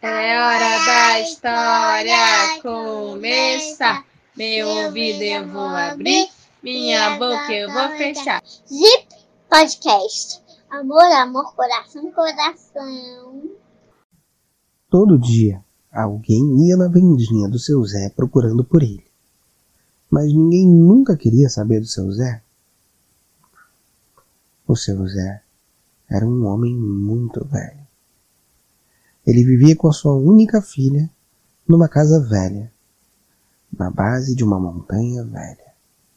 É hora da história começar. Meu ouvido eu vou abrir, minha boca eu vou fechar. Zip Podcast. Amor, amor, coração, coração. Todo dia, alguém ia na vendinha do seu Zé procurando por ele. Mas ninguém nunca queria saber do seu Zé. O seu Zé era um homem muito velho. Ele vivia com a sua única filha numa casa velha, na base de uma montanha velha.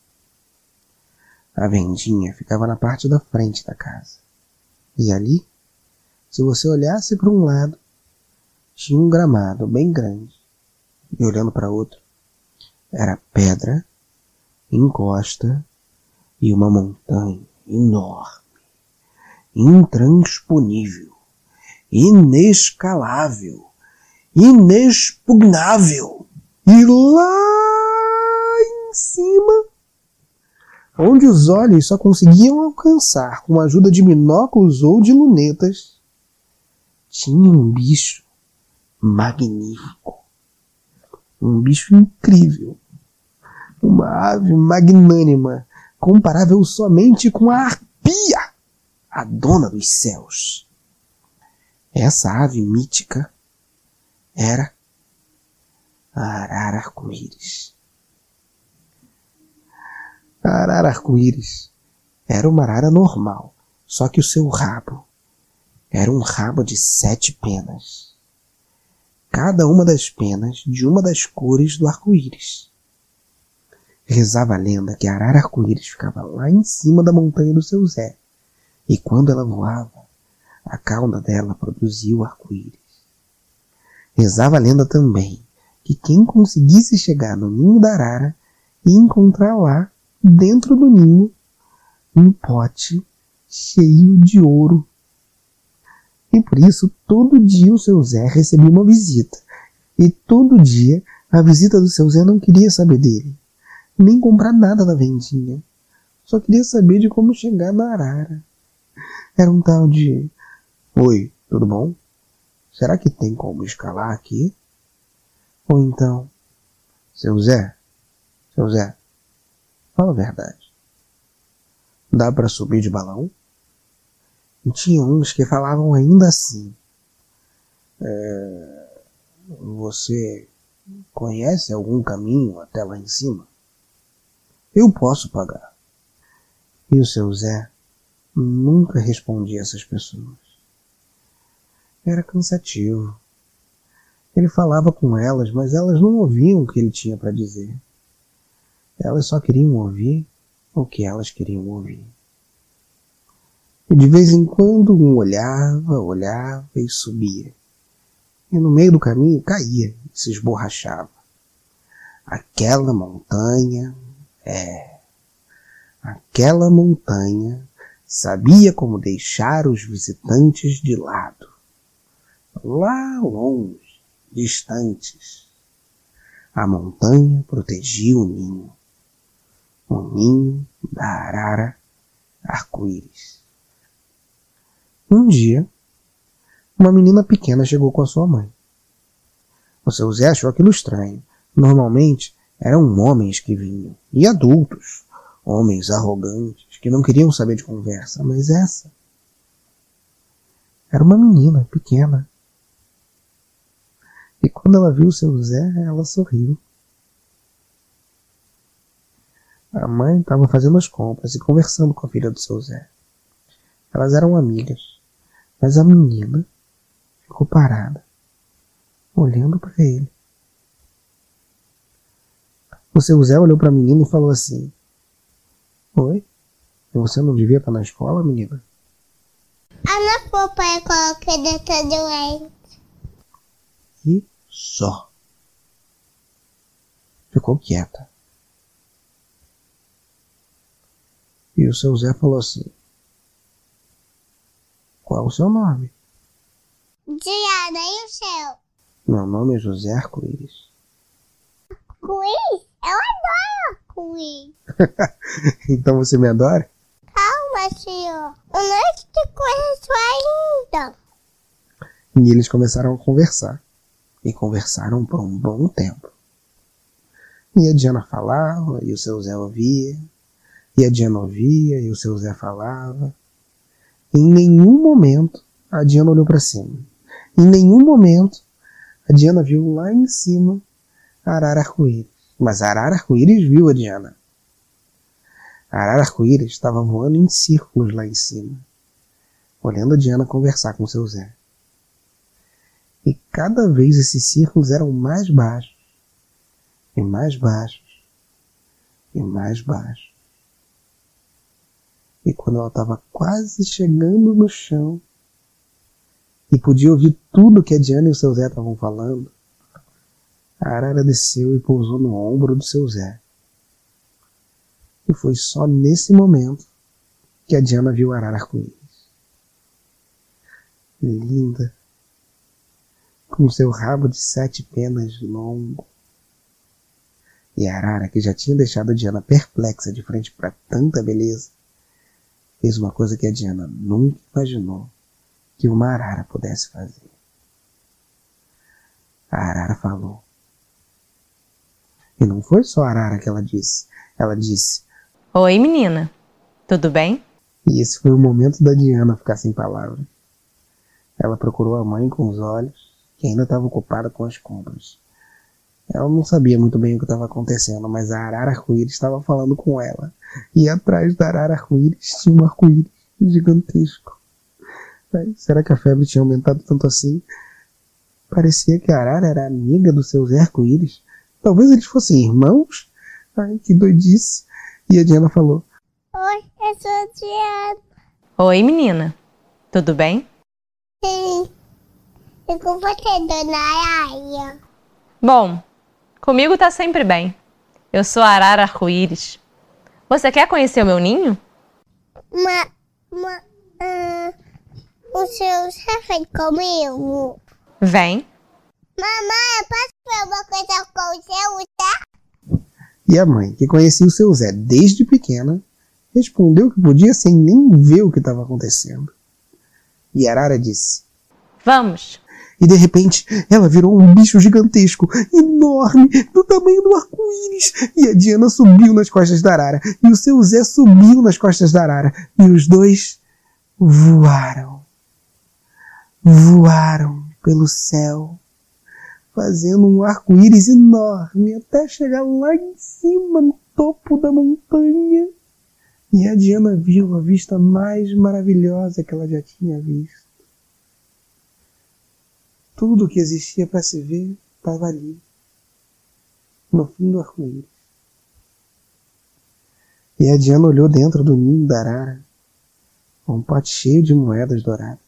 A vendinha ficava na parte da frente da casa. E ali, se você olhasse para um lado, tinha um gramado bem grande. E olhando para outro, era pedra, encosta e uma montanha enorme, intransponível, inescalável, inexpugnável. E lá em cima, onde os olhos só conseguiam alcançar com a ajuda de binóculos ou de lunetas, tinha um bicho magnífico, um bicho incrível, uma ave magnânima, comparável somente com a arpia, a dona dos céus. Essa ave mítica era a arara arco-íris. A arara arco-íris era uma arara normal, só que o seu rabo era um rabo de 7 penas. Cada uma das penas de uma das cores do arco-íris. Rezava a lenda que a arara arco-íris ficava lá em cima da montanha do seu Zé, e quando ela voava, a cauda dela produzia o arco-íris. Rezava a lenda também que quem conseguisse chegar no ninho da arara ia encontrar lá, dentro do ninho, um pote cheio de ouro. E por isso, todo dia o seu Zé recebia uma visita. E todo dia, a visita do seu Zé não queria saber dele, nem comprar nada na vendinha. Só queria saber de como chegar na arara. Era um tal de: oi, tudo bom? Será que tem como escalar aqui? Ou então: seu Zé, fala a verdade. Dá para subir de balão? E tinha uns que falavam ainda assim: você conhece algum caminho até lá em cima? Eu posso pagar. E o seu Zé nunca respondia a essas pessoas. Era cansativo. Ele falava com elas, mas elas não ouviam o que ele tinha para dizer. Elas só queriam ouvir o que elas queriam ouvir. E de vez em quando um olhava e subia. E no meio do caminho caía e se esborrachava. Aquela montanha sabia como deixar os visitantes de lado. Lá longe, distantes, a montanha protegia o ninho da arara arco-íris. Um dia, uma menina pequena chegou com a sua mãe. O seu Zé achou aquilo estranho. Normalmente, eram homens que vinham, e adultos, homens arrogantes, que não queriam saber de conversa, mas essa era uma menina pequena. E quando ela viu o seu Zé, ela sorriu. A mãe estava fazendo as compras e conversando com a filha do seu Zé. Elas eram amigas, mas a menina ficou parada, olhando para ele. O seu Zé olhou para a menina e falou assim: oi, você não devia estar na escola, menina? A minha papai coloca dentro do leite. E só. Ficou quieta. E o seu Zé falou assim: qual é o seu nome? Diana, e o seu? Meu nome é José Arco-íris. Arco-íris? Eu adoro arco-íris. Então você me adora? Calma, senhor. Eu não te conheço ainda. E eles começaram a conversar. e conversaram por um bom tempo. E a Diana falava e o seu Zé ouvia, e a Diana ouvia e o seu Zé falava. Em nenhum momento a Diana olhou para cima. Em nenhum momento a Diana viu lá em cima a arara arco-íris. Mas a arara arco-íris viu a Diana. A arara arco-íris estava voando em círculos lá em cima, olhando a Diana conversar com seu Zé. E cada vez esses círculos eram mais baixos, e mais baixos, e mais baixos. E quando ela estava quase chegando no chão, e podia ouvir tudo que a Diana e o seu Zé estavam falando, a arara desceu e pousou no ombro do seu Zé. E foi só nesse momento que a Diana viu a arara arco-íris. Linda, com seu rabo de 7 penas longo. E a arara, que já tinha deixado a Diana perplexa de frente para tanta beleza, fez uma coisa que a Diana nunca imaginou que uma arara pudesse fazer. A arara falou. E não foi só a arara que ela disse. Ela disse: Oi, menina. Tudo bem? E esse foi o momento da Diana ficar sem palavras. Ela procurou a mãe com os olhos, que ainda estava ocupada com as compras. Ela não sabia muito bem o que estava acontecendo, mas a arara arco-íris estava falando com ela. E atrás da arara arco-íris tinha um arco-íris gigantesco. Mas será que a febre tinha aumentado tanto assim? Parecia que a arara era amiga do seu Zé arco-íris. Talvez eles fossem irmãos? Ai, que doidice. E a Diana falou: Oi, eu sou a Diana. Oi, menina. Tudo bem? Sim. E com você, dona Araia? Bom, comigo tá sempre bem. Eu sou a arara arco-íris. Você quer conhecer o meu ninho? O seu já vem comigo? Vem. Mamãe, eu posso ver uma coisa com o seu Zé? E a mãe, que conhecia o seu Zé desde pequena, respondeu que podia sem nem ver o que estava acontecendo. E a arara disse: Vamos. E de repente ela virou um bicho gigantesco, enorme, do tamanho do arco-íris. E a Diana subiu nas costas da arara, e o seu Zé subiu nas costas da arara, e os dois voaram. Voaram pelo céu, fazendo um arco-íris enorme até chegar lá em cima, no topo da montanha. E a Diana viu a vista mais maravilhosa que ela já tinha visto. Tudo que existia para se ver estava ali, no fim do arco-íris. E a Diana olhou dentro do ninho da arara, um pote cheio de moedas douradas.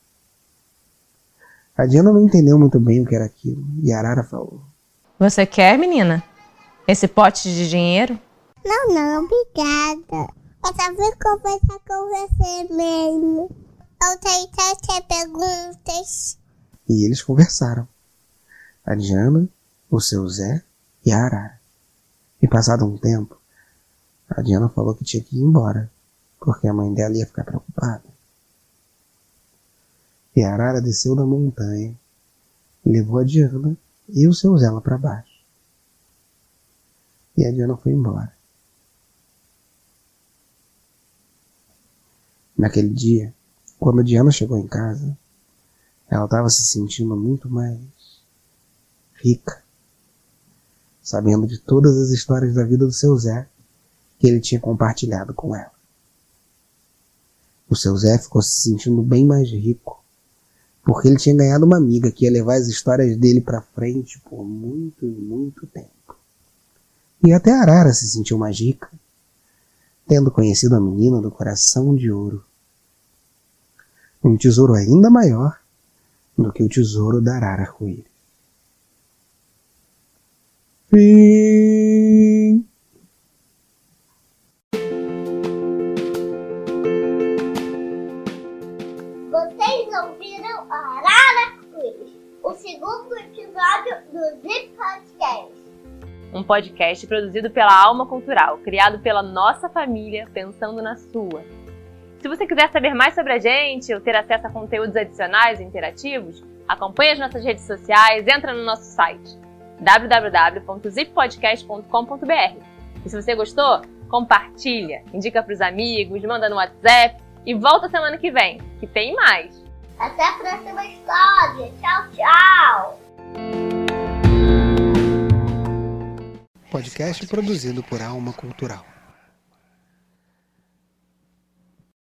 A Diana não entendeu muito bem o que era aquilo, e a arara falou: Você quer, menina? Esse pote de dinheiro? Não, obrigada. Eu só vim conversar com você mesmo. Eu tenho tantas perguntas. E eles conversaram. A Diana, o seu Zé e a arara. E passado um tempo, a Diana falou que tinha que ir embora, porque a mãe dela ia ficar preocupada. E a arara desceu da montanha e levou a Diana e o seu Zé lá para baixo. E a Diana foi embora. Naquele dia, quando a Diana chegou em casa, ela estava se sentindo muito mais rica, sabendo de todas as histórias da vida do seu Zé que ele tinha compartilhado com ela. O seu Zé ficou se sentindo bem mais rico, porque ele tinha ganhado uma amiga que ia levar as histórias dele para frente por muito e muito tempo. E até a arara se sentiu mais rica, tendo conhecido a menina do coração de ouro. Um tesouro ainda maior do que o tesouro da arara arco-íris. Fim. Vocês ouviram a Arara Arco-íris, o segundo episódio do Zip Podcast. Um podcast produzido pela Alma Cultural, criado pela nossa família, pensando na sua. Se você quiser saber mais sobre a gente ou ter acesso a conteúdos adicionais e interativos, Acompanhe as nossas redes sociais, entra no nosso site www.zippodcast.com.br. E se você gostou, compartilha, indica para os amigos, manda no WhatsApp e volta semana que vem, que tem mais. Até a próxima história. Tchau, tchau. Podcast produzido por Alma Cultural.